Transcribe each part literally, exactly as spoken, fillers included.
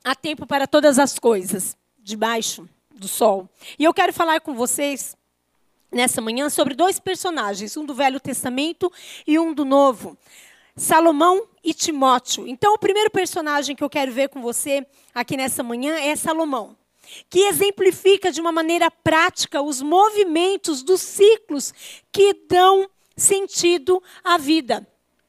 há tempo para todas as coisas, debaixo do sol. E eu quero falar com vocês, nessa manhã, sobre dois personagens, um do Velho Testamento e um do Novo. Salomão e Timóteo. Então, o primeiro personagem que eu quero ver com você aqui nessa manhã é Salomão, que exemplifica de uma maneira prática os movimentos dos ciclos que dão sentido à vida.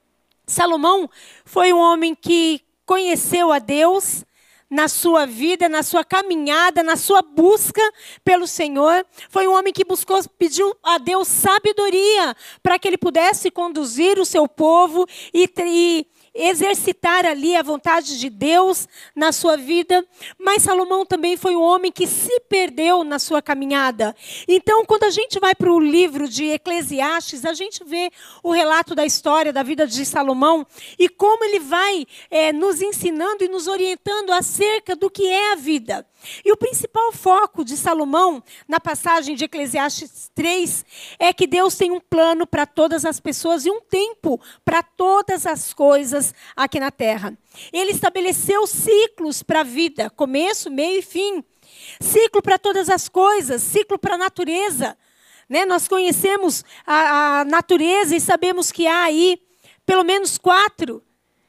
Salomão foi um homem que conheceu a Deus na sua vida, na sua caminhada, na sua busca pelo Senhor. Foi um homem que buscou, pediu a Deus sabedoria para que ele pudesse conduzir o seu povo e, e exercitar ali a vontade de Deus na sua vida. Mas Salomão também foi um homem que se perdeu na sua caminhada. Então, quando a gente vai para o livro de Eclesiastes, a gente vê o relato da história da vida de Salomão e como ele vai é, nos ensinando e nos orientando acerca do que é a vida. E o principal foco de Salomão, na passagem de Eclesiastes três, é que Deus tem um plano para todas as pessoas e um tempo para todas as coisas aqui na terra. Ele estabeleceu ciclos para a vida, começo, meio e fim. Ciclo para todas as coisas, ciclo para a natureza. Né? Nós conhecemos a, a natureza e sabemos que há aí pelo menos quatro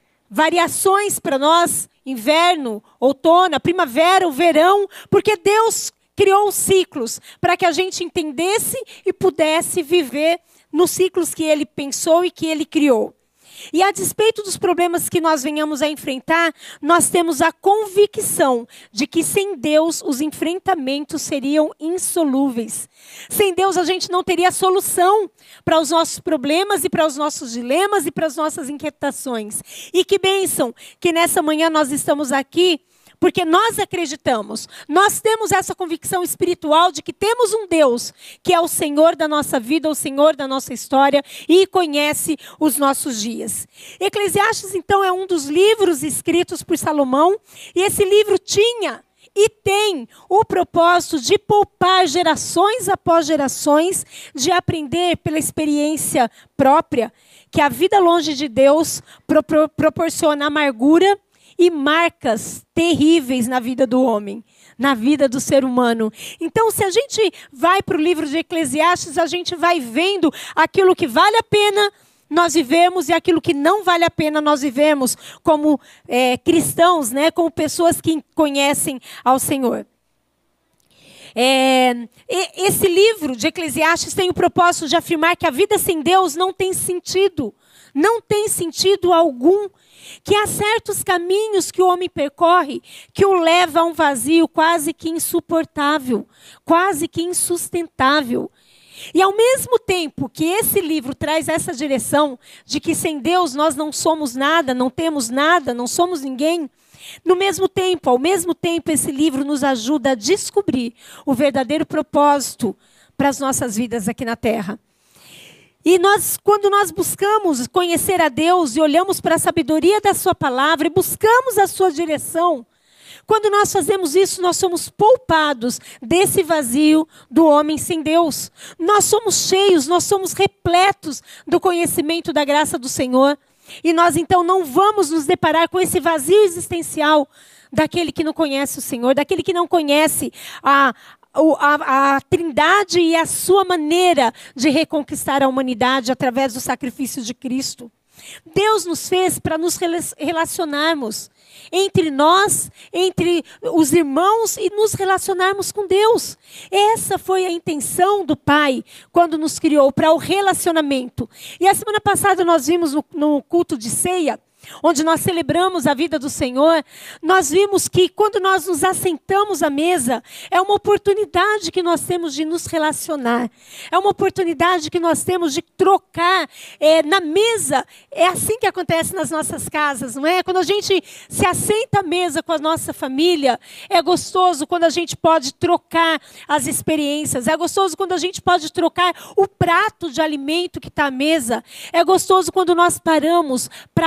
variações para nós: inverno, outono, primavera, o verão, porque Deus criou ciclos para que a gente entendesse e pudesse viver nos ciclos que Ele pensou e que Ele criou. E a despeito dos problemas que nós venhamos a enfrentar, nós temos a convicção de que sem Deus os enfrentamentos seriam insolúveis. Sem Deus a gente não teria solução para os nossos problemas e para os nossos dilemas e para as nossas inquietações. E que bênção que nessa manhã nós estamos aqui, porque nós acreditamos, nós temos essa convicção espiritual de que temos um Deus que é o Senhor da nossa vida, o Senhor da nossa história e conhece os nossos dias. Eclesiastes, então, é um dos livros escritos por Salomão, e esse livro tinha e tem o propósito de poupar gerações após gerações, de aprender pela experiência própria que a vida longe de Deus pro- pro- proporciona amargura e marcas terríveis na vida do homem, na vida do ser humano. Então, se a gente vai para o livro de Eclesiastes, a gente vai vendo aquilo que vale a pena nós vivemos e aquilo que não vale a pena nós vivemos como é, cristãos, né, como pessoas que conhecem ao Senhor. É, esse livro de Eclesiastes tem o propósito de afirmar que a vida sem Deus não tem sentido, não tem sentido algum, que há certos caminhos que o homem percorre que o leva a um vazio quase que insuportável, quase que insustentável. E ao mesmo tempo que esse livro traz essa direção de que sem Deus nós não somos nada, não temos nada, não somos ninguém, no mesmo tempo, ao mesmo tempo, esse livro nos ajuda a descobrir o verdadeiro propósito para as nossas vidas aqui na terra. E nós, quando nós buscamos conhecer a Deus e olhamos para a sabedoria da sua palavra e buscamos a sua direção, quando nós fazemos isso, nós somos poupados desse vazio do homem sem Deus. Nós somos cheios, nós somos repletos do conhecimento da graça do Senhor. E nós, então, não vamos nos deparar com esse vazio existencial daquele que não conhece o Senhor, daquele que não conhece a, a, a Trindade e a sua maneira de reconquistar a humanidade através do sacrifício de Cristo. Deus nos fez para nos relacionarmos entre nós, entre os irmãos e nos relacionarmos com Deus. Essa foi a intenção do Pai quando nos criou, para o relacionamento. E a semana passada nós vimos no, no culto de ceia, onde nós celebramos a vida do Senhor, nós vimos que quando nós nos assentamos à mesa, é uma oportunidade que nós temos de nos relacionar. É uma oportunidade que nós temos de trocar é, na mesa. É assim que acontece nas nossas casas, não é? Quando a gente se assenta à mesa com a nossa família, é gostoso quando a gente pode trocar as experiências. É gostoso quando a gente pode trocar o prato de alimento que está à mesa. É gostoso quando nós paramos para olhar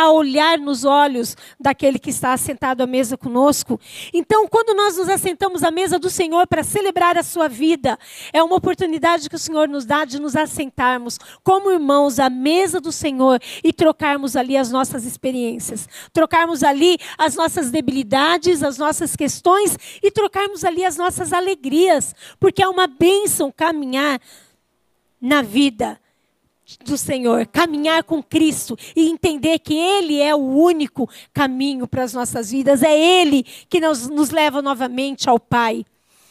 olhar nos olhos daquele que está assentado à mesa conosco. Então, quando nós nos assentamos à mesa do Senhor para celebrar a sua vida, é uma oportunidade que o Senhor nos dá de nos assentarmos como irmãos à mesa do Senhor e trocarmos ali as nossas experiências, trocarmos ali as nossas debilidades, as nossas questões e trocarmos ali as nossas alegrias, porque é uma bênção caminhar na vida do Senhor, caminhar com Cristo e entender que Ele é o único caminho para as nossas vidas, é Ele que nos, nos leva novamente ao Pai.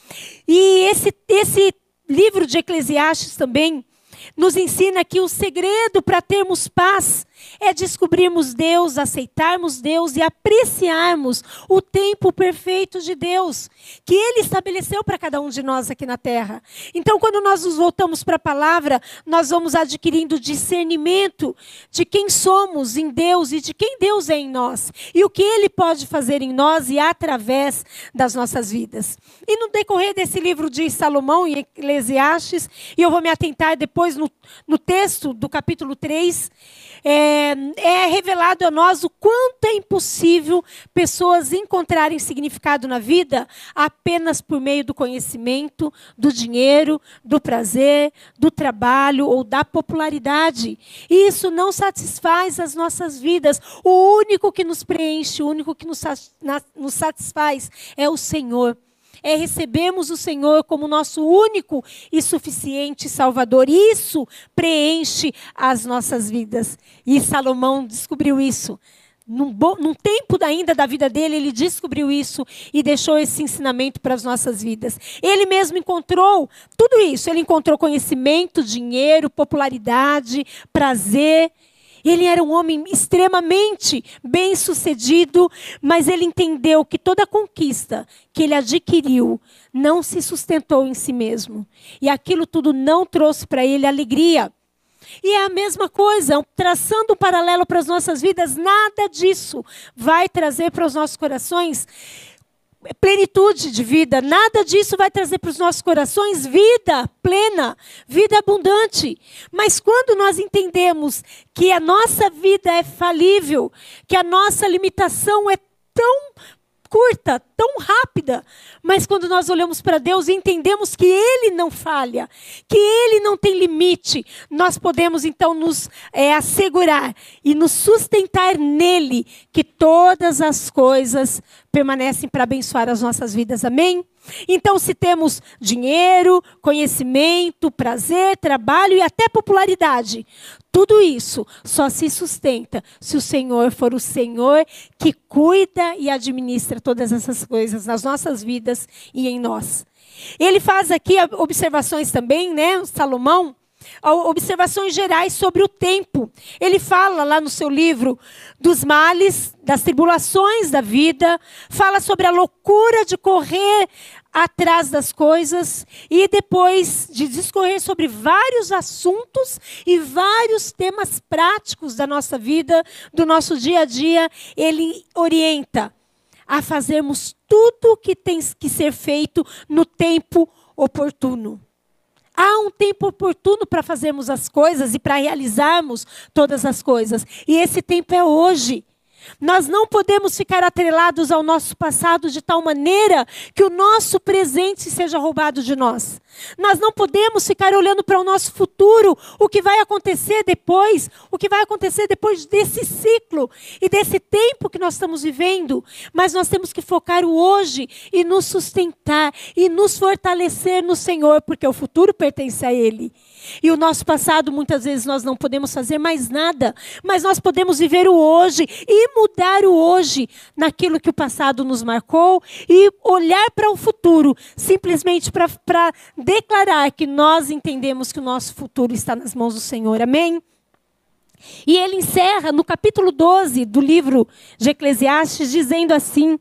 E esse, esse livro de Eclesiastes também nos ensina que o segredo para termos paz é descobrirmos Deus, aceitarmos Deus e apreciarmos o tempo perfeito de Deus, que Ele estabeleceu para cada um de nós aqui na terra. Então, quando nós nos voltamos para a palavra, nós vamos adquirindo discernimento de quem somos em Deus e de quem Deus é em nós. E o que Ele pode fazer em nós e através das nossas vidas. E no decorrer desse livro de Salomão, em Eclesiastes, e eu vou me atentar depois no, no texto do capítulo três, É, é revelado a nós o quanto é impossível pessoas encontrarem significado na vida apenas por meio do conhecimento, do dinheiro, do prazer, do trabalho ou da popularidade. E isso não satisfaz as nossas vidas. O único que nos preenche, o único que nos, nos satisfaz é o Senhor. É recebermos o Senhor como nosso único e suficiente Salvador. Isso preenche as nossas vidas. E Salomão descobriu isso. Num, bom, num tempo ainda da vida dele, ele descobriu isso e deixou esse ensinamento para as nossas vidas. Ele mesmo encontrou tudo isso. Ele encontrou conhecimento, dinheiro, popularidade, prazer. Ele era um homem extremamente bem-sucedido, mas ele entendeu que toda conquista que ele adquiriu não se sustentou em si mesmo. E aquilo tudo não trouxe para ele alegria. E é a mesma coisa, traçando um paralelo para as nossas vidas, nada disso vai trazer para os nossos corações plenitude de vida, nada disso vai trazer para os nossos corações vida plena, vida abundante. Mas quando nós entendemos que a nossa vida é falível, que a nossa limitação é tão curta, tão rápida, mas quando nós olhamos para Deus e entendemos que Ele não falha, que Ele não tem limite, nós podemos então nos é, assegurar e nos sustentar nele, que todas as coisas permanecem para abençoar as nossas vidas, amém? Então, se temos dinheiro, conhecimento, prazer, trabalho e até popularidade, tudo isso só se sustenta se o Senhor for o Senhor que cuida e administra todas essas coisas nas nossas vidas e em nós. Ele faz aqui observações também, né, Salomão, observações gerais sobre o tempo. Ele fala lá no seu livro dos males, das tribulações da vida, fala sobre a loucura de correr atrás das coisas e depois de discorrer sobre vários assuntos e vários temas práticos da nossa vida, do nosso dia a dia, ele orienta a fazermos tudo o que tem que ser feito no tempo oportuno. Há um tempo oportuno para fazermos as coisas e para realizarmos todas as coisas. E esse tempo é hoje. Nós não podemos ficar atrelados ao nosso passado de tal maneira que o nosso presente seja roubado de nós. Nós não podemos ficar olhando para o nosso futuro, o que vai acontecer depois, o que vai acontecer depois desse ciclo e desse tempo que nós estamos vivendo. Mas nós temos que focar o hoje e nos sustentar e nos fortalecer no Senhor, porque o futuro pertence a Ele. E o nosso passado, muitas vezes, nós não podemos fazer mais nada, mas nós podemos viver o hoje e mudar o hoje naquilo que o passado nos marcou e olhar para o futuro, simplesmente para declarar que nós entendemos que o nosso futuro está nas mãos do Senhor. Amém? E ele encerra no capítulo doze do livro de Eclesiastes dizendo assim: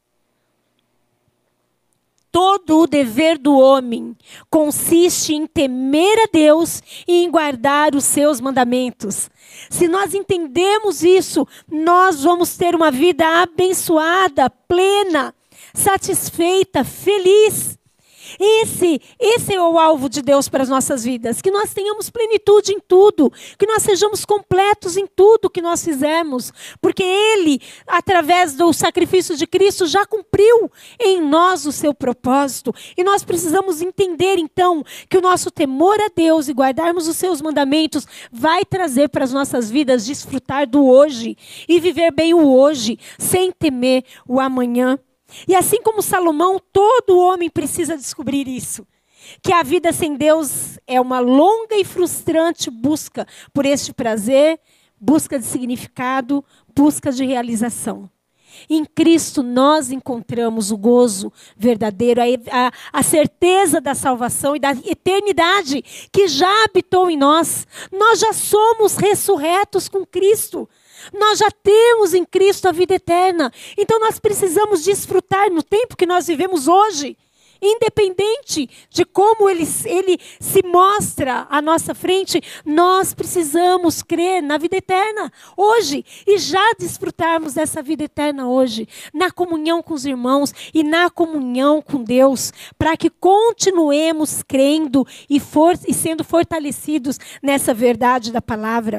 todo o dever do homem consiste em temer a Deus e em guardar os seus mandamentos. Se nós entendemos isso, nós vamos ter uma vida abençoada, plena, satisfeita, feliz. Esse, esse é o alvo de Deus para as nossas vidas. Que nós tenhamos plenitude em tudo. Que nós sejamos completos em tudo que nós fizermos. Porque Ele, através do sacrifício de Cristo, já cumpriu em nós o seu propósito. E nós precisamos entender, então, que o nosso temor a Deus e guardarmos os seus mandamentos vai trazer para as nossas vidas desfrutar do hoje. E viver bem o hoje, sem temer o amanhã. E assim como Salomão, todo homem precisa descobrir isso. Que a vida sem Deus é uma longa e frustrante busca por este prazer, busca de significado, busca de realização. Em Cristo nós encontramos o gozo verdadeiro, a, a, a certeza da salvação e da eternidade que já habitou em nós. Nós já somos ressurretos com Cristo. Nós já temos em Cristo a vida eterna. Então nós precisamos desfrutar no tempo que nós vivemos hoje. Independente de como ele, ele se mostra à nossa frente, nós precisamos crer na vida eterna hoje. E já desfrutarmos dessa vida eterna hoje. Na comunhão com os irmãos e na comunhão com Deus. Para que continuemos crendo e, for, e sendo fortalecidos nessa verdade da palavra.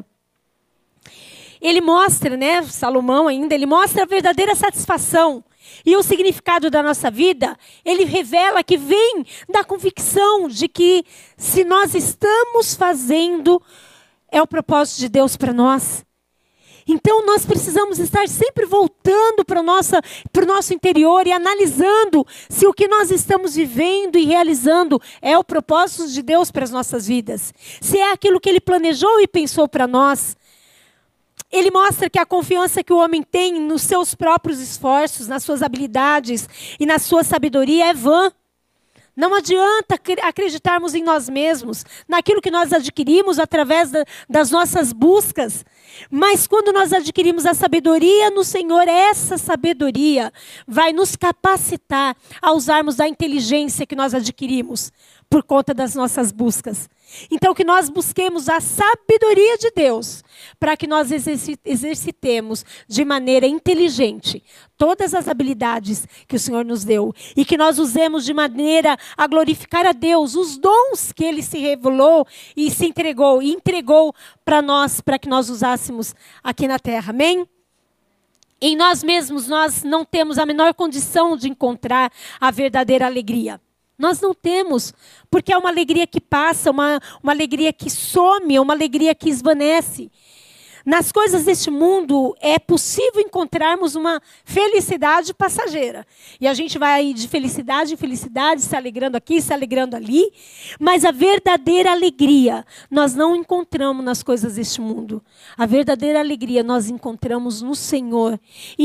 Ele mostra, né, Salomão ainda, ele mostra a verdadeira satisfação e o significado da nossa vida. Ele revela que vem da convicção de que se nós estamos fazendo, é o propósito de Deus para nós. Então nós precisamos estar sempre voltando para o nosso, para o nosso interior e analisando se o que nós estamos vivendo e realizando é o propósito de Deus para as nossas vidas. Se é aquilo que Ele planejou e pensou para nós. Ele mostra que a confiança que o homem tem nos seus próprios esforços, nas suas habilidades e na sua sabedoria é vã. Não adianta acreditarmos em nós mesmos, naquilo que nós adquirimos através da, das nossas buscas. Mas quando nós adquirimos a sabedoria no Senhor, essa sabedoria vai nos capacitar a usarmos a inteligência que nós adquirimos por conta das nossas buscas. Então que nós busquemos a sabedoria de Deus para que nós exercitemos de maneira inteligente todas as habilidades que o Senhor nos deu e que nós usemos de maneira a glorificar a Deus os dons que Ele se revelou e se entregou e entregou para nós, para que nós usássemos aqui na terra. Amém? Em nós mesmos nós não temos a menor condição de encontrar a verdadeira alegria. Nós não temos, porque é uma alegria que passa, uma, uma alegria que some, uma alegria que esvanece. Nas coisas deste mundo é possível encontrarmos uma felicidade passageira. E a gente vai de felicidade em felicidade, se alegrando aqui, se alegrando ali. Mas a verdadeira alegria nós não encontramos nas coisas deste mundo. A verdadeira alegria nós encontramos no Senhor.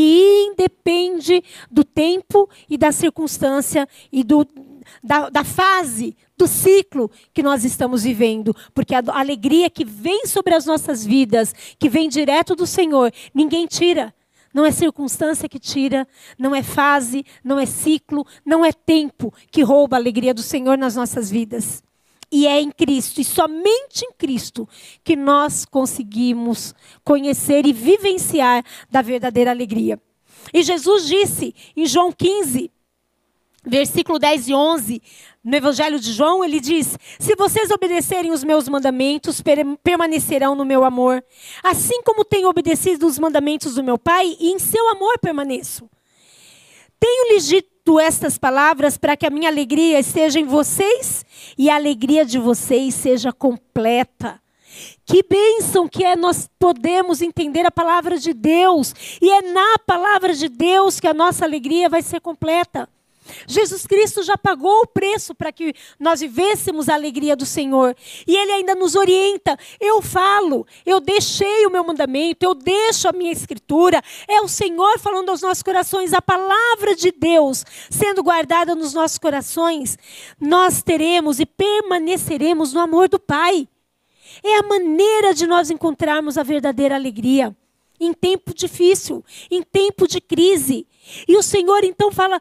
E independe do tempo e da circunstância e do... Da, da fase, do ciclo que nós estamos vivendo. Porque a alegria que vem sobre as nossas vidas, que vem direto do Senhor, ninguém tira. Não é circunstância que tira, não é fase, não é ciclo, não é tempo que rouba a alegria do Senhor nas nossas vidas. E é em Cristo, e somente em Cristo, que nós conseguimos conhecer e vivenciar da verdadeira alegria. E Jesus disse em João quinze, versículo dez e onze, no Evangelho de João, ele diz: se vocês obedecerem os meus mandamentos, permanecerão no meu amor, assim como tenho obedecido os mandamentos do meu Pai, e em seu amor permaneço. Tenho-lhes dito estas palavras para que a minha alegria esteja em vocês e a alegria de vocês seja completa. Que bênção que é nós podemos entender a palavra de Deus, e é na palavra de Deus que a nossa alegria vai ser completa. Jesus Cristo já pagou o preço para que nós vivêssemos a alegria do Senhor. E Ele ainda nos orienta. Eu falo, eu deixei o meu mandamento, eu deixo a minha escritura. É o Senhor falando aos nossos corações. A palavra de Deus sendo guardada nos nossos corações. Nós teremos e permaneceremos no amor do Pai. É a maneira de nós encontrarmos a verdadeira alegria. Em tempo difícil, em tempo de crise. E o Senhor então fala: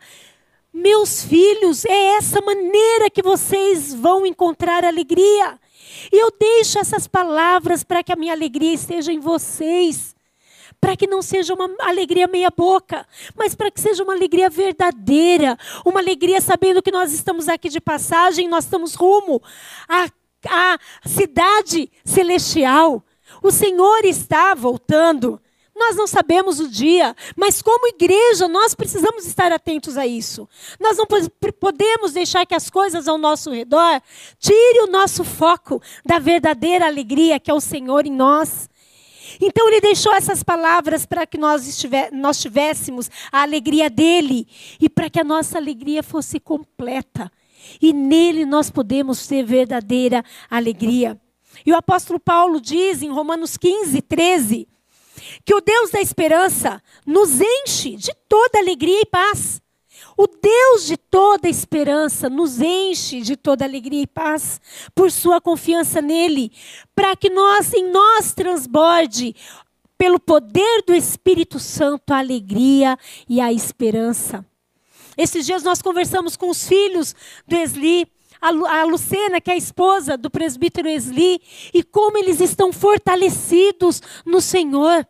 meus filhos, é essa maneira que vocês vão encontrar alegria. E eu deixo essas palavras para que a minha alegria esteja em vocês. para que não seja uma alegria meia boca, mas para que seja uma alegria verdadeira, uma alegria sabendo que nós estamos aqui de passagem, nós estamos rumo à, à cidade celestial. O Senhor está voltando. Nós não sabemos o dia, mas como igreja nós precisamos estar atentos a isso. Nós não podemos deixar que as coisas ao nosso redor tirem o nosso foco da verdadeira alegria que é o Senhor em nós. Então Ele deixou essas palavras para que nós, estiver, nós tivéssemos a alegria dEle e para que a nossa alegria fosse completa. E nele nós podemos ter verdadeira alegria. E o apóstolo Paulo diz em Romanos quinze, treze, que o Deus da esperança nos enche de toda alegria e paz. O Deus de toda esperança nos enche de toda alegria e paz por sua confiança nele, para que nós, em nós transborde, pelo poder do Espírito Santo, a alegria e a esperança. Esses dias nós conversamos com os filhos do Esli, a Lucena, que é a esposa do presbítero Esli, e como eles estão fortalecidos no Senhor.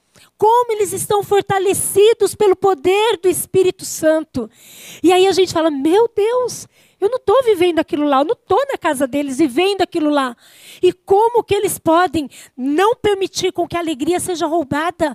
Como eles estão fortalecidos pelo poder do Espírito Santo. E aí a gente fala, meu Deus, eu não estou vivendo aquilo lá, eu não estou na casa deles vivendo aquilo lá. E como que eles podem não permitir com que a alegria seja roubada?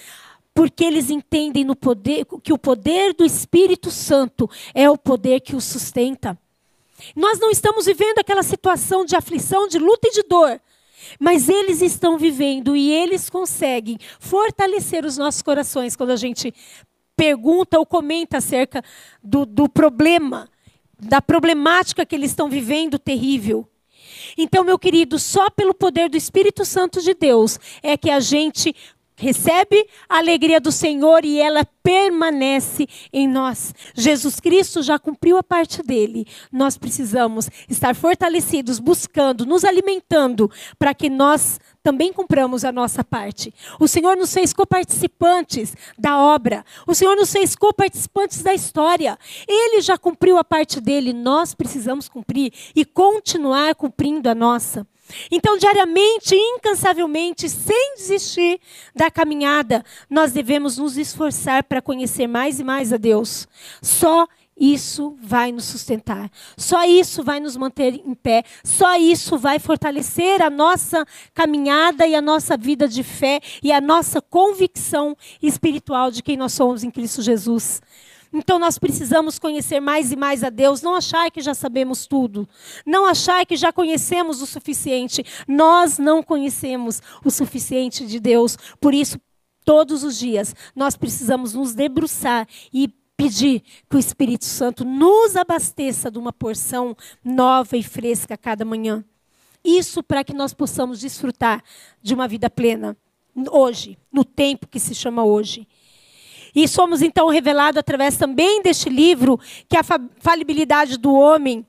Porque eles entendem no poder, que o poder do Espírito Santo é o poder que os sustenta. Nós não estamos vivendo aquela situação de aflição, de luta e de dor. Mas eles estão vivendo e eles conseguem fortalecer os nossos corações quando a gente pergunta ou comenta acerca do, do problema, da problemática que eles estão vivendo terrível. Então, meu querido, só pelo poder do Espírito Santo de Deus é que a gente recebe a alegria do Senhor e ela permanece em nós. Jesus Cristo já cumpriu a parte dele. Nós precisamos estar fortalecidos, buscando, nos alimentando, para que nós também cumpramos a nossa parte. O Senhor nos fez coparticipantes da obra. O Senhor nos fez coparticipantes da história. Ele já cumpriu a parte dele. Nós precisamos cumprir e continuar cumprindo a nossa. Então, diariamente, incansavelmente, sem desistir da caminhada, nós devemos nos esforçar para conhecer mais e mais a Deus. Só isso vai nos sustentar. Só isso vai nos manter em pé. Só isso vai fortalecer a nossa caminhada e a nossa vida de fé e a nossa convicção espiritual de quem nós somos em Cristo Jesus. Então nós precisamos conhecer mais e mais a Deus, não achar que já sabemos tudo, não achar que já conhecemos o suficiente. Nós não conhecemos o suficiente de Deus, por isso todos os dias nós precisamos nos debruçar e pedir que o Espírito Santo nos abasteça de uma porção nova e fresca a cada manhã. Isso para que nós possamos desfrutar de uma vida plena, hoje, no tempo que se chama hoje. E somos então revelados através também deste livro, que é a falibilidade do homem,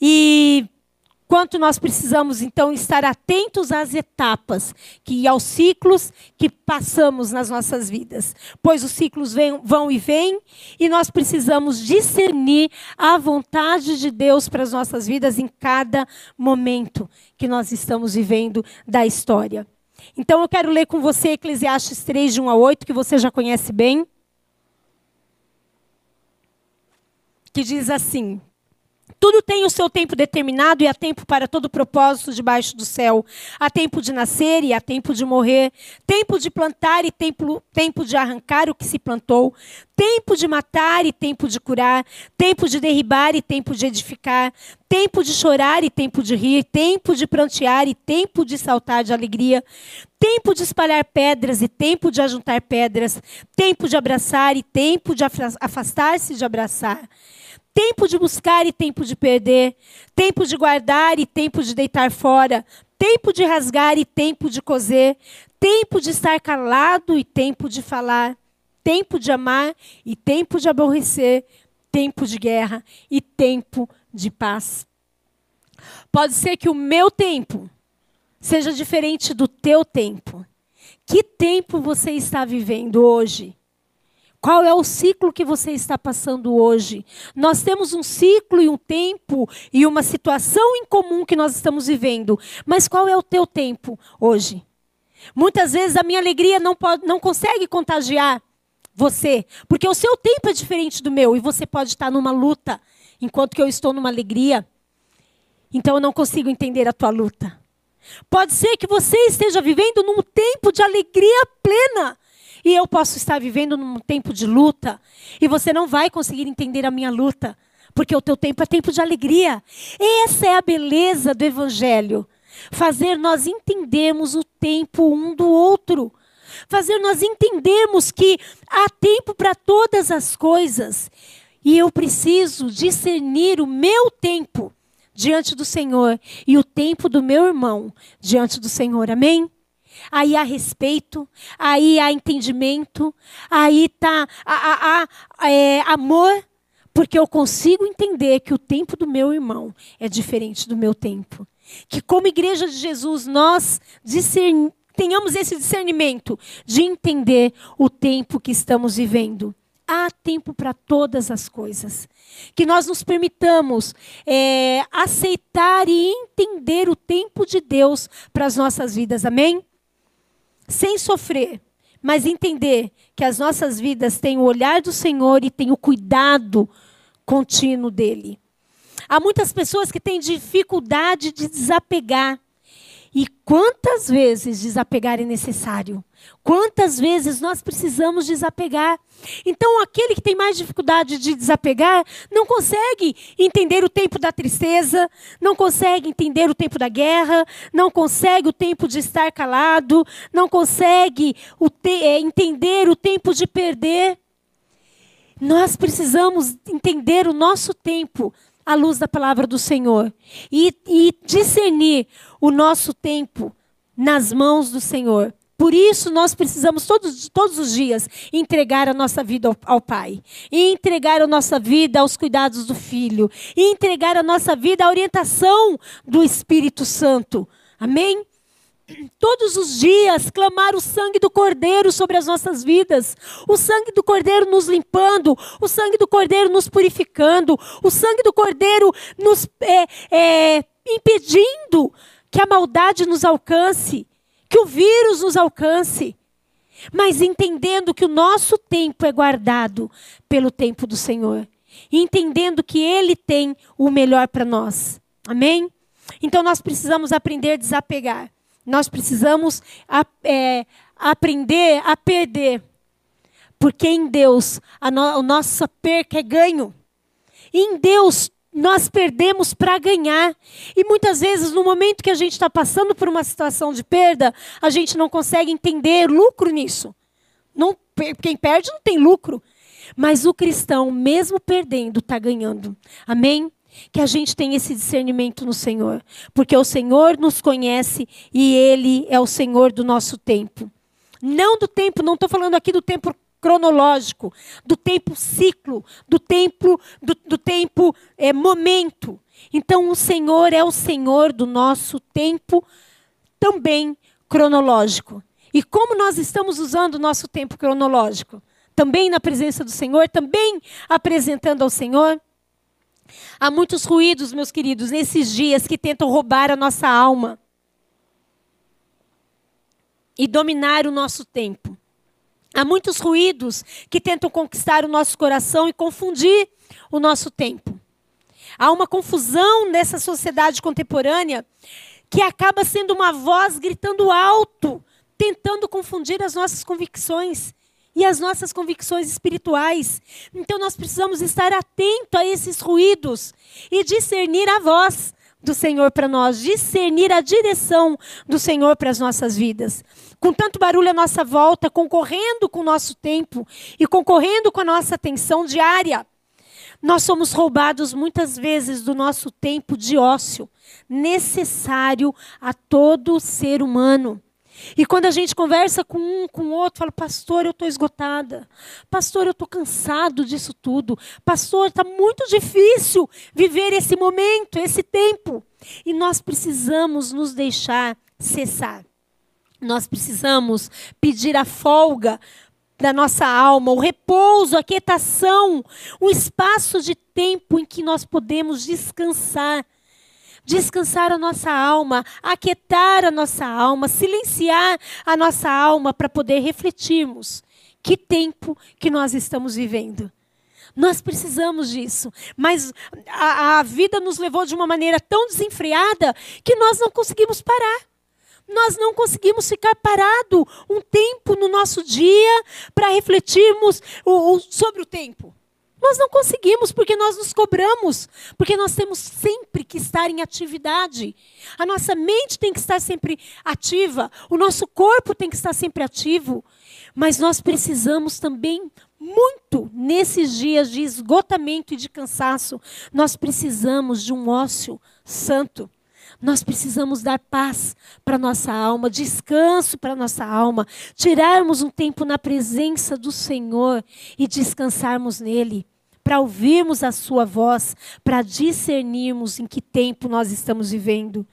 e quanto nós precisamos então estar atentos às etapas, que aos ciclos que passamos nas nossas vidas. Pois os ciclos vem, vão e vêm, e nós precisamos discernir a vontade de Deus para as nossas vidas em cada momento que nós estamos vivendo da história. Então eu quero ler com você Eclesiastes três, de um a oito, que você já conhece bem. Que diz assim: tudo tem o seu tempo determinado e há tempo para todo propósito debaixo do céu. Há tempo de nascer e há tempo de morrer. Tempo de plantar e tempo, tempo de arrancar o que se plantou. Tempo de matar e tempo de curar. Tempo de derribar e tempo de edificar. Tempo de chorar e tempo de rir. Tempo de prantear e tempo de saltar de alegria. Tempo de espalhar pedras e tempo de ajuntar pedras. Tempo de abraçar e tempo de afastar-se de abraçar. Tempo de buscar e tempo de perder. Tempo de guardar e tempo de deitar fora. Tempo de rasgar e tempo de coser. Tempo de estar calado e tempo de falar. Tempo de amar e tempo de aborrecer. Tempo de guerra e tempo de paz. Pode ser que o meu tempo seja diferente do teu tempo. Que tempo você está vivendo hoje? Qual é o ciclo que você está passando hoje? Nós temos um ciclo e um tempo e uma situação em comum que nós estamos vivendo. Mas qual é o teu tempo hoje? Muitas vezes a minha alegria não, pode, não consegue contagiar você, porque o seu tempo é diferente do meu e você pode estar numa luta, enquanto que eu estou numa alegria. Então eu não consigo entender a tua luta. Pode ser que você esteja vivendo num tempo de alegria plena e eu posso estar vivendo num tempo de luta e você não vai conseguir entender a minha luta, porque o teu tempo é tempo de alegria. Essa é a beleza do Evangelho. Fazer nós entendermos o tempo um do outro. Fazer nós entendermos que há tempo para todas as coisas. E eu preciso discernir o meu tempo diante do Senhor e o tempo do meu irmão diante do Senhor. Amém? Aí há respeito, aí há entendimento, aí está há, há, é, amor, porque eu consigo entender que o tempo do meu irmão é diferente do meu tempo. Que como igreja de Jesus nós discern... tenhamos esse discernimento de entender o tempo que estamos vivendo. Há tempo para todas as coisas. Que nós nos permitamos é, aceitar e entender o tempo de Deus para as nossas vidas. Amém? Sem sofrer, mas entender que as nossas vidas têm o olhar do Senhor e têm o cuidado contínuo dEle. Há muitas pessoas que têm dificuldade de desapegar. E quantas vezes desapegar é necessário? Quantas vezes nós precisamos desapegar? Então, aquele que tem mais dificuldade de desapegar, não consegue entender o tempo da tristeza, não consegue entender o tempo da guerra, não consegue o tempo de estar calado, não consegue o te- é, entender o tempo de perder. Nós precisamos entender o nosso tempo à luz da palavra do Senhor e, e discernir o nosso tempo nas mãos do Senhor. Por isso nós precisamos todos, todos os dias entregar a nossa vida ao, ao Pai, e entregar a nossa vida aos cuidados do Filho, e entregar a nossa vida à orientação do Espírito Santo. Amém? Todos os dias clamar o sangue do Cordeiro sobre as nossas vidas, o sangue do Cordeiro nos limpando, o sangue do Cordeiro nos purificando, o sangue do Cordeiro nos é, é, impedindo que a maldade nos alcance, que o vírus nos alcance, mas entendendo que o nosso tempo é guardado pelo tempo do Senhor, e entendendo que Ele tem o melhor para nós. Amém? Então nós precisamos aprender a desapegar. Nós precisamos é, aprender a perder. Porque em Deus a, no, a nossa perca é ganho. Em Deus nós perdemos para ganhar. E muitas vezes no momento que a gente está passando por uma situação de perda, a gente não consegue entender lucro nisso. Não, quem perde não tem lucro. Mas o cristão, mesmo perdendo, está ganhando. Amém? Que a gente tenha esse discernimento no Senhor. Porque o Senhor nos conhece e Ele é o Senhor do nosso tempo. Não do tempo, não estou falando aqui do tempo cronológico, do tempo ciclo, do tempo, do, do tempo é, momento. Então o Senhor é o Senhor do nosso tempo também cronológico. E como nós estamos usando o nosso tempo cronológico? Também na presença do Senhor, também apresentando ao Senhor. Há muitos ruídos, meus queridos, nesses dias que tentam roubar a nossa alma e dominar o nosso tempo. Há muitos ruídos que tentam conquistar o nosso coração e confundir o nosso tempo. Há uma confusão nessa sociedade contemporânea que acaba sendo uma voz gritando alto, tentando confundir as nossas convicções e as nossas convicções espirituais. Então nós precisamos estar atentos a esses ruídos e discernir a voz do Senhor para nós, discernir a direção do Senhor para as nossas vidas. Com tanto barulho à nossa volta, concorrendo com o nosso tempo e concorrendo com a nossa atenção diária, nós somos roubados muitas vezes do nosso tempo de ócio, necessário a todo ser humano. E quando a gente conversa com um, com o outro, fala, pastor, eu estou esgotada. Pastor, eu estou cansado disso tudo. Pastor, está muito difícil viver esse momento, esse tempo. E nós precisamos nos deixar cessar. Nós precisamos pedir a folga da nossa alma, o repouso, a quietação, um espaço de tempo em que nós podemos descansar descansar a nossa alma, aquietar a nossa alma, silenciar a nossa alma para poder refletirmos que tempo que nós estamos vivendo. Nós precisamos disso, mas a, a vida nos levou de uma maneira tão desenfreada que nós não conseguimos parar. Nós não conseguimos ficar parado um tempo no nosso dia para refletirmos o, o, sobre o tempo. Nós não conseguimos porque nós nos cobramos, porque nós temos sempre que estar em atividade. A nossa mente tem que estar sempre ativa, o nosso corpo tem que estar sempre ativo, mas nós precisamos também muito, nesses dias de esgotamento e de cansaço, nós precisamos de um ócio santo. Nós precisamos dar paz para a nossa alma, descanso para a nossa alma, tirarmos um tempo na presença do Senhor e descansarmos nele, para ouvirmos a sua voz, para discernirmos em que tempo nós estamos vivendo.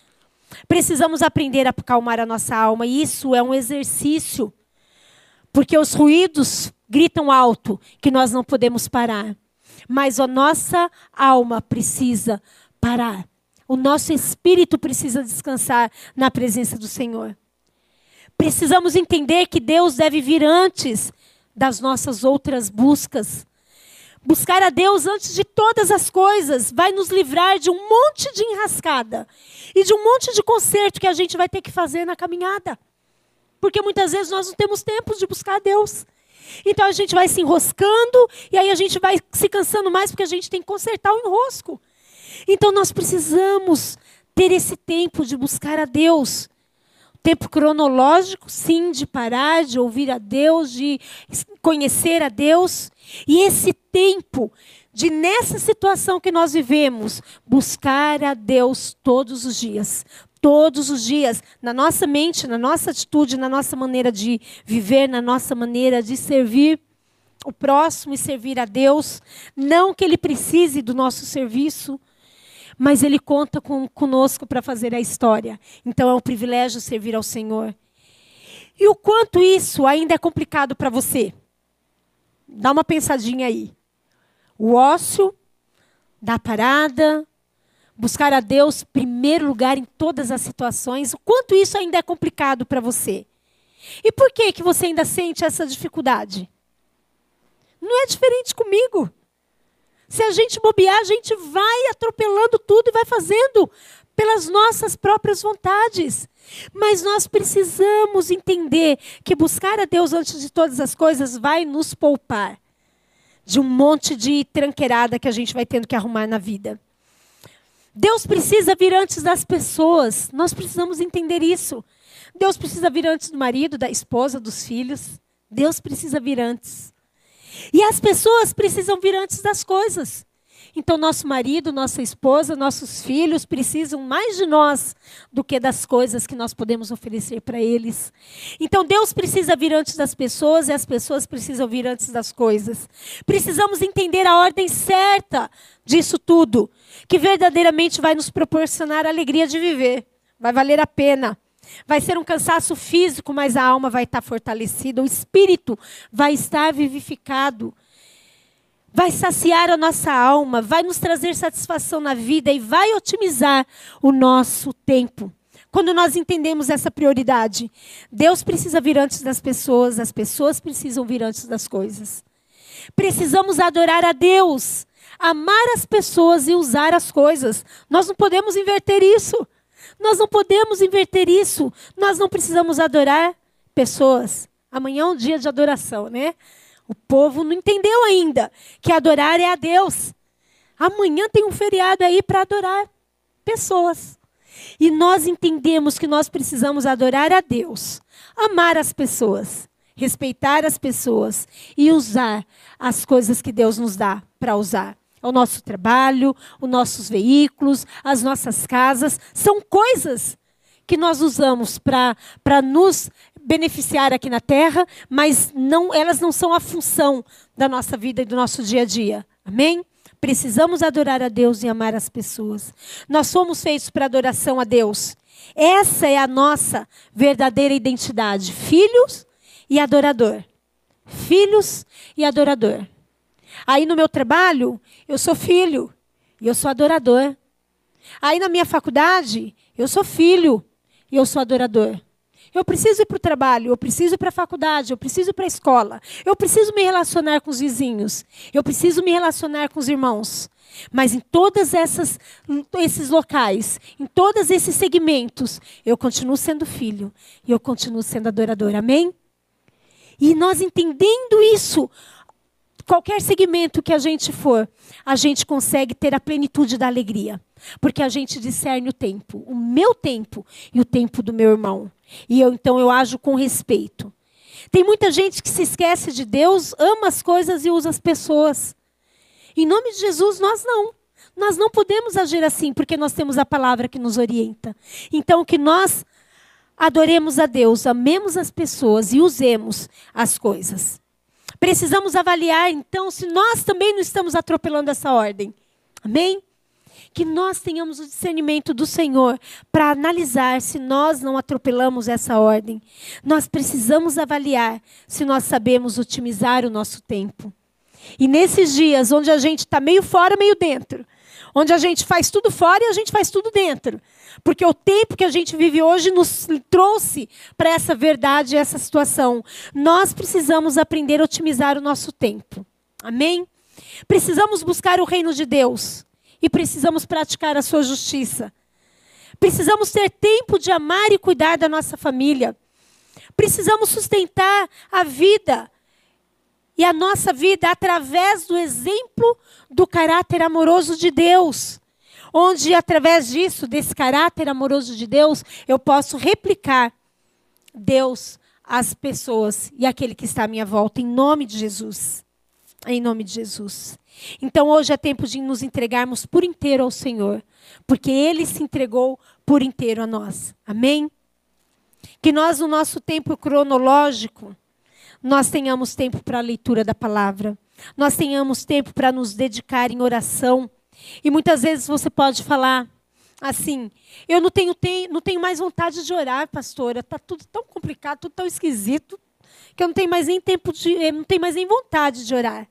Precisamos aprender a acalmar a nossa alma, e isso é um exercício, porque os ruídos gritam alto que nós não podemos parar, mas a nossa alma precisa parar. O nosso espírito precisa descansar na presença do Senhor. Precisamos entender que Deus deve vir antes das nossas outras buscas. Buscar a Deus antes de todas as coisas vai nos livrar de um monte de enrascada e de um monte de conserto que a gente vai ter que fazer na caminhada. Porque muitas vezes nós não temos tempo de buscar a Deus. Então a gente vai se enroscando e aí a gente vai se cansando mais porque a gente tem que consertar o enrosco. Então nós precisamos ter esse tempo de buscar a Deus. Tempo cronológico, sim, de parar, de ouvir a Deus, de conhecer a Deus. E esse tempo de, nessa situação que nós vivemos, buscar a Deus todos os dias. Todos os dias, na nossa mente, na nossa atitude, na nossa maneira de viver, na nossa maneira de servir o próximo e servir a Deus. Não que Ele precise do nosso serviço, mas Ele conta com, conosco para fazer a história. Então é um privilégio servir ao Senhor. E o quanto isso ainda é complicado para você? Dá uma pensadinha aí. O ócio, da parada, buscar a Deus em primeiro lugar em todas as situações. O quanto isso ainda é complicado para você? E por que que você ainda sente essa dificuldade? Não é diferente comigo. Se a gente bobear, a gente vai atropelando tudo e vai fazendo pelas nossas próprias vontades. Mas nós precisamos entender que buscar a Deus antes de todas as coisas vai nos poupar de um monte de tranqueirada que a gente vai tendo que arrumar na vida. Deus precisa vir antes das pessoas. Nós precisamos entender isso. Deus precisa vir antes do marido, da esposa, dos filhos. Deus precisa vir antes. E as pessoas precisam vir antes das coisas. Então, nosso marido, nossa esposa, nossos filhos precisam mais de nós do que das coisas que nós podemos oferecer para eles. Então, Deus precisa vir antes das pessoas e as pessoas precisam vir antes das coisas. Precisamos entender a ordem certa disso tudo, que verdadeiramente vai nos proporcionar a alegria de viver. Vai valer a pena. Vai ser um cansaço físico, mas a alma vai estar fortalecida, o espírito vai estar vivificado, vai saciar a nossa alma, vai nos trazer satisfação na vida e vai otimizar o nosso tempo. Quando nós entendemos essa prioridade, Deus precisa vir antes das pessoas, as pessoas precisam vir antes das coisas. Precisamos adorar a Deus, amar as pessoas e usar as coisas. Nós não podemos inverter isso. Nós não podemos inverter isso. Nós não precisamos adorar pessoas. Amanhã é um dia de adoração, né? O povo não entendeu ainda que adorar é a Deus. Amanhã tem um feriado aí para adorar pessoas. E nós entendemos que nós precisamos adorar a Deus, amar as pessoas, respeitar as pessoas e usar as coisas que Deus nos dá para usar. O nosso trabalho, os nossos veículos, as nossas casas, são coisas que nós usamos para para nos beneficiar aqui na terra, mas não, elas não são a função da nossa vida e do nosso dia a dia. Amém? Precisamos adorar a Deus e amar as pessoas. Nós somos feitos para adoração a Deus. Essa é a nossa verdadeira identidade. Filhos e adorador. Filhos e adorador. Aí no meu trabalho, eu sou filho e eu sou adorador. Aí na minha faculdade, eu sou filho e eu sou adorador. Eu preciso ir para o trabalho, eu preciso ir para a faculdade, eu preciso ir para a escola. Eu preciso me relacionar com os vizinhos. Eu preciso me relacionar com os irmãos. Mas em todos esses locais, em todos esses segmentos, eu continuo sendo filho e eu continuo sendo adorador. Amém? E nós entendendo isso, qualquer segmento que a gente for, a gente consegue ter a plenitude da alegria. Porque a gente discerne o tempo, o meu tempo e o tempo do meu irmão. E eu, então eu ajo com respeito. Tem muita gente que se esquece de Deus, ama as coisas e usa as pessoas. Em nome de Jesus, nós não. Nós não podemos agir assim, porque nós temos a palavra que nos orienta. Então, que nós adoremos a Deus, amemos as pessoas e usemos as coisas. Precisamos avaliar, então, se nós também não estamos atropelando essa ordem. Amém? Que nós tenhamos o discernimento do Senhor para analisar se nós não atropelamos essa ordem. Nós precisamos avaliar se nós sabemos otimizar o nosso tempo. E nesses dias onde a gente está meio fora, meio dentro, onde a gente faz tudo fora e a gente faz tudo dentro, porque o tempo que a gente vive hoje nos trouxe para essa verdade, essa situação. Nós precisamos aprender a otimizar o nosso tempo. Amém? Precisamos buscar o reino de Deus e precisamos praticar a sua justiça. Precisamos ter tempo de amar e cuidar da nossa família. Precisamos sustentar a vida e a nossa vida através do exemplo do caráter amoroso de Deus. Onde, através disso, desse caráter amoroso de Deus, eu posso replicar Deus às pessoas e àquele que está à minha volta, em nome de Jesus. Em nome de Jesus. Então, hoje é tempo de nos entregarmos por inteiro ao Senhor, porque Ele se entregou por inteiro a nós. Amém? Que nós, no nosso tempo cronológico, nós tenhamos tempo para a leitura da palavra. Nós tenhamos tempo para nos dedicar em oração. E muitas vezes você pode falar assim, eu não tenho, tenho, não tenho mais vontade de orar, pastora. Está tudo tão complicado, tudo tão esquisito, que eu não tenho mais nem tempo de, eu não tenho mais nem vontade de orar.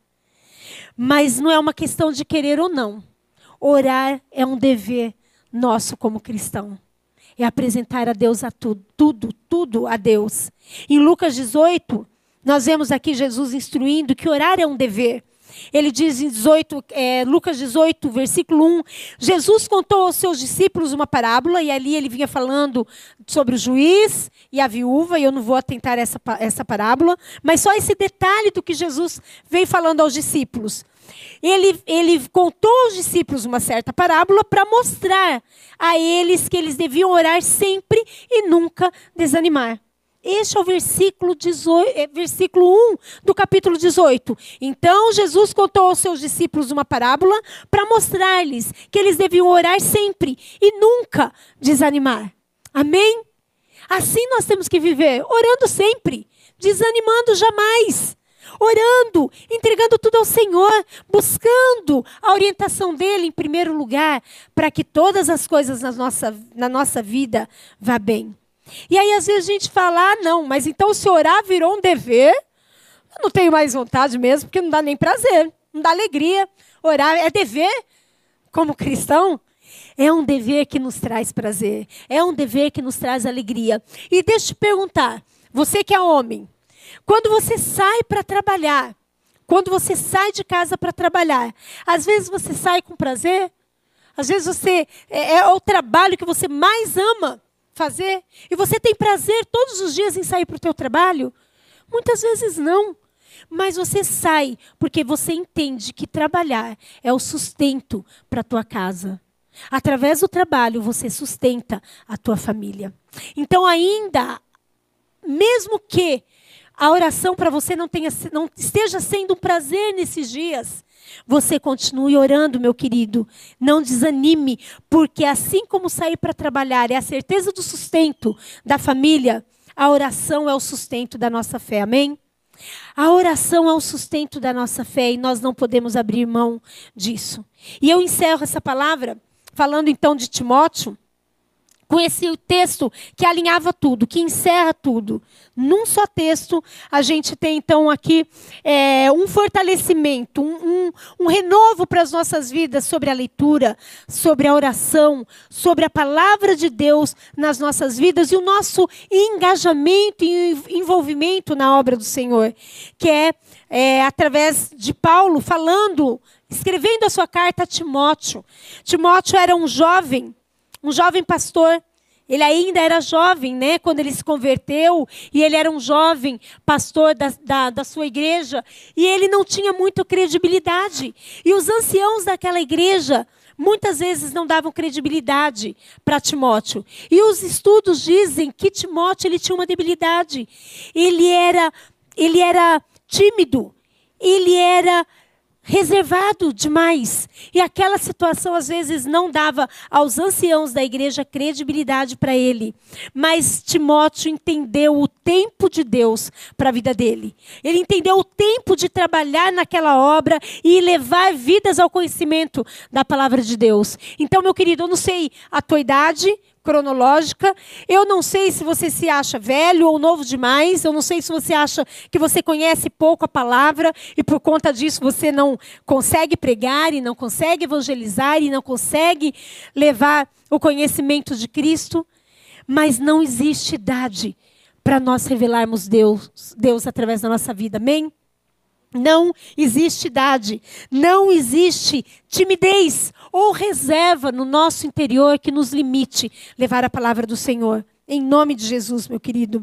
Mas não é uma questão de querer ou não. Orar é um dever nosso como cristão. É apresentar a Deus a tudo, tudo, tudo a Deus. Em Lucas dezoito, nós vemos aqui Jesus instruindo que orar é um dever. Ele diz em dezoito, é, Lucas dezoito, versículo um, Jesus contou aos seus discípulos uma parábola, e ali ele vinha falando sobre o juiz e a viúva, e eu não vou atentar essa, essa parábola, mas só esse detalhe do que Jesus veio falando aos discípulos. Ele, ele contou aos discípulos uma certa parábola para mostrar a eles que eles deviam orar sempre e nunca desanimar. Este é o versículo, dezoito, versículo um do capítulo dezoito. Então, Jesus contou aos seus discípulos uma parábola para mostrar-lhes que eles deviam orar sempre e nunca desanimar. Amém? Assim nós temos que viver, orando sempre, desanimando jamais. Orando, entregando tudo ao Senhor, buscando a orientação dEle em primeiro lugar, para que todas as coisas na nossa, na nossa vida vá bem. E aí, às vezes, a gente fala, ah, não, mas então se orar virou um dever, eu não tenho mais vontade mesmo, porque não dá nem prazer, não dá alegria. Orar é dever, como cristão, é um dever que nos traz prazer, é um dever que nos traz alegria. E deixa eu te perguntar, você que é homem, quando você sai para trabalhar, quando você sai de casa para trabalhar, às vezes você sai com prazer, às vezes você é, é o trabalho que você mais ama fazer, e você tem prazer todos os dias em sair para o teu trabalho? Muitas vezes não, mas você sai porque você entende que trabalhar é o sustento para a tua casa. Através do trabalho você sustenta a tua família. Então ainda, mesmo que a oração para você não, tenha, não esteja sendo um prazer nesses dias, você continue orando, meu querido. Não desanime, porque assim como sair para trabalhar é a certeza do sustento da família, a oração é o sustento da nossa fé, amém? A oração é o sustento da nossa fé e nós não podemos abrir mão disso. E eu encerro essa palavra falando então de Timóteo, com esse texto que alinhava tudo, que encerra tudo. Num só texto, a gente tem então aqui é, um fortalecimento, um, um, um renovo para as nossas vidas sobre a leitura, sobre a oração, sobre a palavra de Deus nas nossas vidas e o nosso engajamento e envolvimento na obra do Senhor, que é, é através de Paulo falando, escrevendo a sua carta a Timóteo. Timóteo era um jovem, um jovem pastor. Ele ainda era jovem, né, quando ele se converteu, e ele era um jovem pastor da, da, da sua igreja, e ele não tinha muita credibilidade. E os anciãos daquela igreja, muitas vezes não davam credibilidade para Timóteo. E os estudos dizem que Timóteo ele tinha uma debilidade. Ele era, ele era tímido, ele era reservado demais. E aquela situação, às vezes, não dava aos anciãos da igreja credibilidade para ele. Mas Timóteo entendeu o tempo de Deus para a vida dele. Ele entendeu o tempo de trabalhar naquela obra e levar vidas ao conhecimento da palavra de Deus. Então, meu querido, eu não sei a tua idade cronológica, eu não sei se você se acha velho ou novo demais, eu não sei se você acha que você conhece pouco a palavra e por conta disso você não consegue pregar e não consegue evangelizar e não consegue levar o conhecimento de Cristo, mas não existe idade para nós revelarmos Deus, Deus através da nossa vida, amém? Não existe idade, não existe timidez ou reserva no nosso interior que nos limite levar a palavra do Senhor. Em nome de Jesus, meu querido.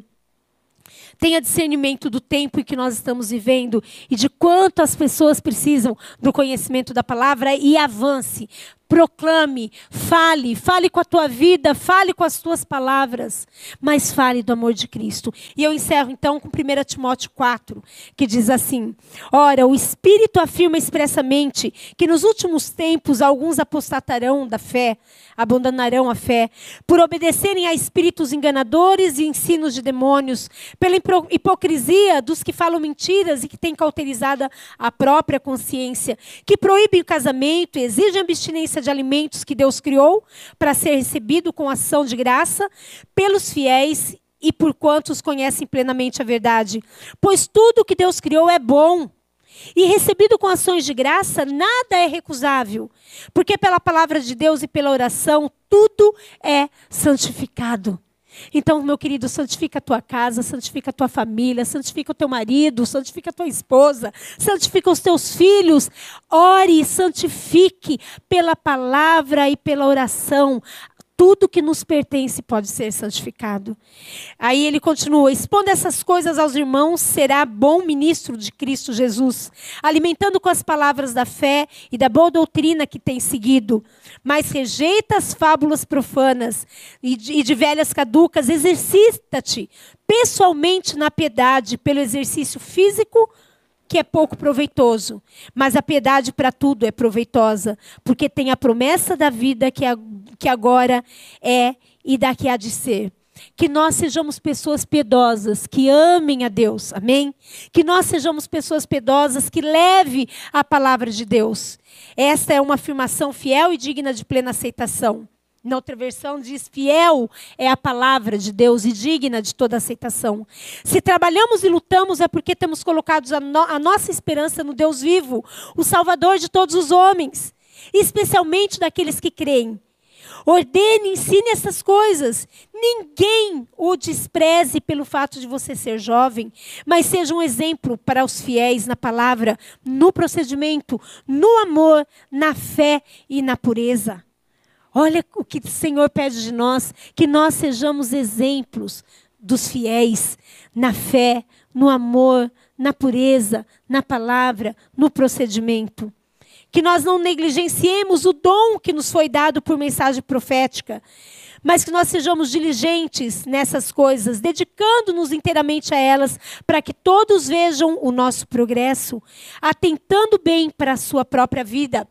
Tenha discernimento do tempo em que nós estamos vivendo e de quanto as pessoas precisam do conhecimento da palavra e avance. Proclame, fale, fale com a tua vida, fale com as tuas palavras, mas fale do amor de Cristo. E eu encerro então com primeiro Timóteo quatro, que diz assim: ora, o Espírito afirma expressamente que nos últimos tempos alguns apostatarão da fé, abandonarão a fé, por obedecerem a espíritos enganadores e ensinos de demônios, pela hipocrisia dos que falam mentiras e que têm cauterizada a própria consciência, que proíbem o casamento e exigem abstinência de alimentos que Deus criou para ser recebido com ação de graça pelos fiéis e por quantos conhecem plenamente a verdade. Pois tudo que Deus criou é bom e recebido com ações de graça, nada é recusável, porque pela palavra de Deus e pela oração tudo é santificado. Então, meu querido, santifica a tua casa, santifica a tua família, santifica o teu marido, santifica a tua esposa, santifica os teus filhos. Ore e santifique pela palavra e pela oração. Tudo que nos pertence pode ser santificado. Aí ele continua: expondo essas coisas aos irmãos, será bom ministro de Cristo Jesus, alimentando com as palavras da fé e da boa doutrina que tem seguido. Mas rejeita as fábulas profanas e de, e de velhas caducas, exercita-te pessoalmente na piedade, pelo exercício físico, que é pouco proveitoso, mas a piedade para tudo é proveitosa, porque tem a promessa da vida que, a, que agora é e da que há de ser. Que nós sejamos pessoas piedosas, que amem a Deus, amém? Que nós sejamos pessoas piedosas, que leve a palavra de Deus. Esta é uma afirmação fiel e digna de plena aceitação. Na outra versão diz: fiel é a palavra de Deus e digna de toda aceitação. Se trabalhamos e lutamos é porque temos colocado a, no, a nossa esperança no Deus vivo, o Salvador de todos os homens, especialmente daqueles que creem. Ordene, ensine essas coisas. Ninguém o despreze pelo fato de você ser jovem, mas seja um exemplo para os fiéis na palavra, no procedimento, no amor, na fé e na pureza. Olha o que o Senhor pede de nós, que nós sejamos exemplos dos fiéis na fé, no amor, na pureza, na palavra, no procedimento. Que nós não negligenciemos o dom que nos foi dado por mensagem profética, mas que nós sejamos diligentes nessas coisas, dedicando-nos inteiramente a elas, para que todos vejam o nosso progresso, atentando bem para a sua própria vida.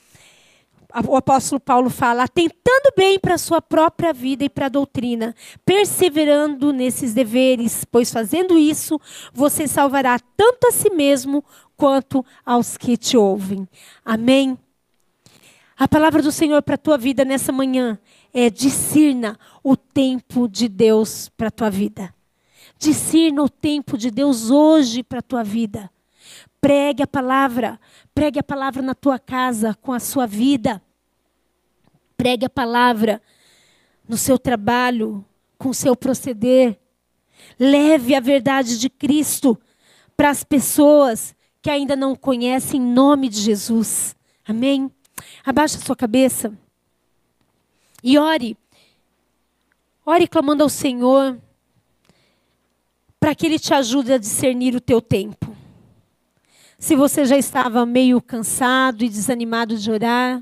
O apóstolo Paulo fala: atentando bem para a sua própria vida e para a doutrina, perseverando nesses deveres, pois fazendo isso, você salvará tanto a si mesmo quanto aos que te ouvem. Amém? A palavra do Senhor para a tua vida nessa manhã é: discirna o tempo de Deus para a tua vida. Discirna o tempo de Deus hoje para a tua vida. Pregue a palavra. Pregue a palavra na tua casa, com a sua vida. Pregue a palavra no seu trabalho, com o seu proceder. Leve a verdade de Cristo para as pessoas que ainda não o conhecem, em nome de Jesus. Amém? Abaixa a sua cabeça e ore. Ore clamando ao Senhor para que Ele te ajude a discernir o teu tempo. Se você já estava meio cansado e desanimado de orar,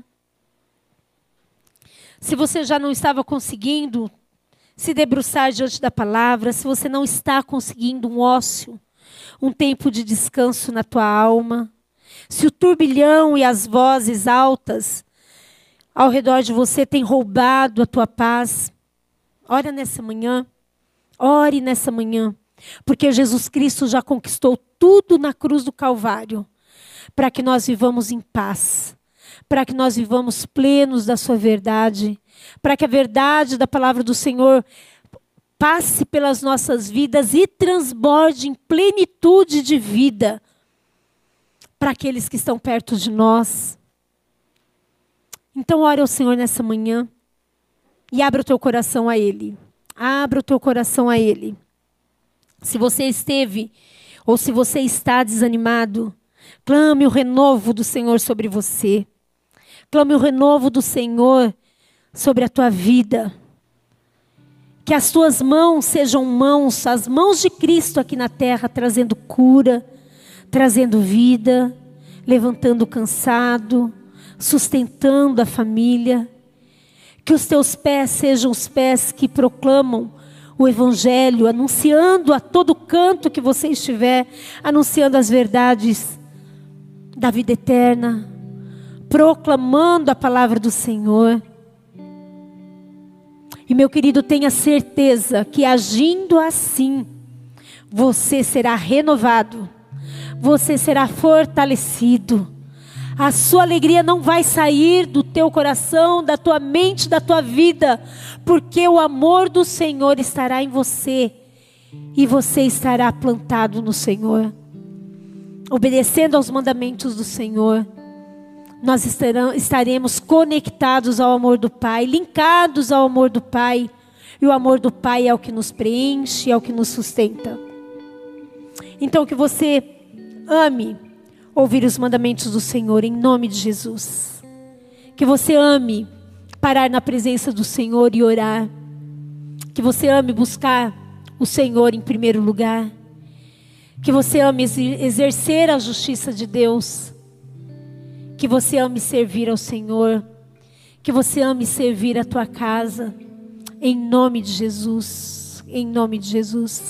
se você já não estava conseguindo se debruçar diante da palavra, se você não está conseguindo um ócio, um tempo de descanso na tua alma, se o turbilhão e as vozes altas ao redor de você têm roubado a tua paz, ora nessa manhã, ore nessa manhã, porque Jesus Cristo já conquistou tudo na cruz do Calvário, para que nós vivamos em paz, para que nós vivamos plenos da sua verdade, para que a verdade da palavra do Senhor passe pelas nossas vidas e transborde em plenitude de vida para aqueles que estão perto de nós. Então ore ao Senhor nessa manhã e abra o teu coração a Ele. Abra o teu coração a Ele. Se você esteve ou se você está desanimado, clame o renovo do Senhor sobre você. Clame o renovo do Senhor sobre a tua vida. Que as tuas mãos sejam mãos, as mãos de Cristo aqui na terra, trazendo cura, trazendo vida, levantando o cansado, sustentando a família. Que os teus pés sejam os pés que proclamam o Evangelho, anunciando a todo canto que você estiver, anunciando as verdades da vida eterna, proclamando a palavra do Senhor. E meu querido, tenha certeza que agindo assim, você será renovado, você será fortalecido. A sua alegria não vai sair do teu coração, da tua mente, da tua vida, porque o amor do Senhor estará em você e você estará plantado no Senhor, obedecendo aos mandamentos do Senhor. Nós estaremos conectados ao amor do Pai, linkados ao amor do Pai, e o amor do Pai é o que nos preenche, é o que nos sustenta. Então que você ame ouvir os mandamentos do Senhor, em nome de Jesus. Que você ame parar na presença do Senhor e orar. Que você ame buscar o Senhor em primeiro lugar. Que você ame exercer a justiça de Deus. Que você ame servir ao Senhor. Que você ame servir a tua casa. Em nome de Jesus. Em nome de Jesus.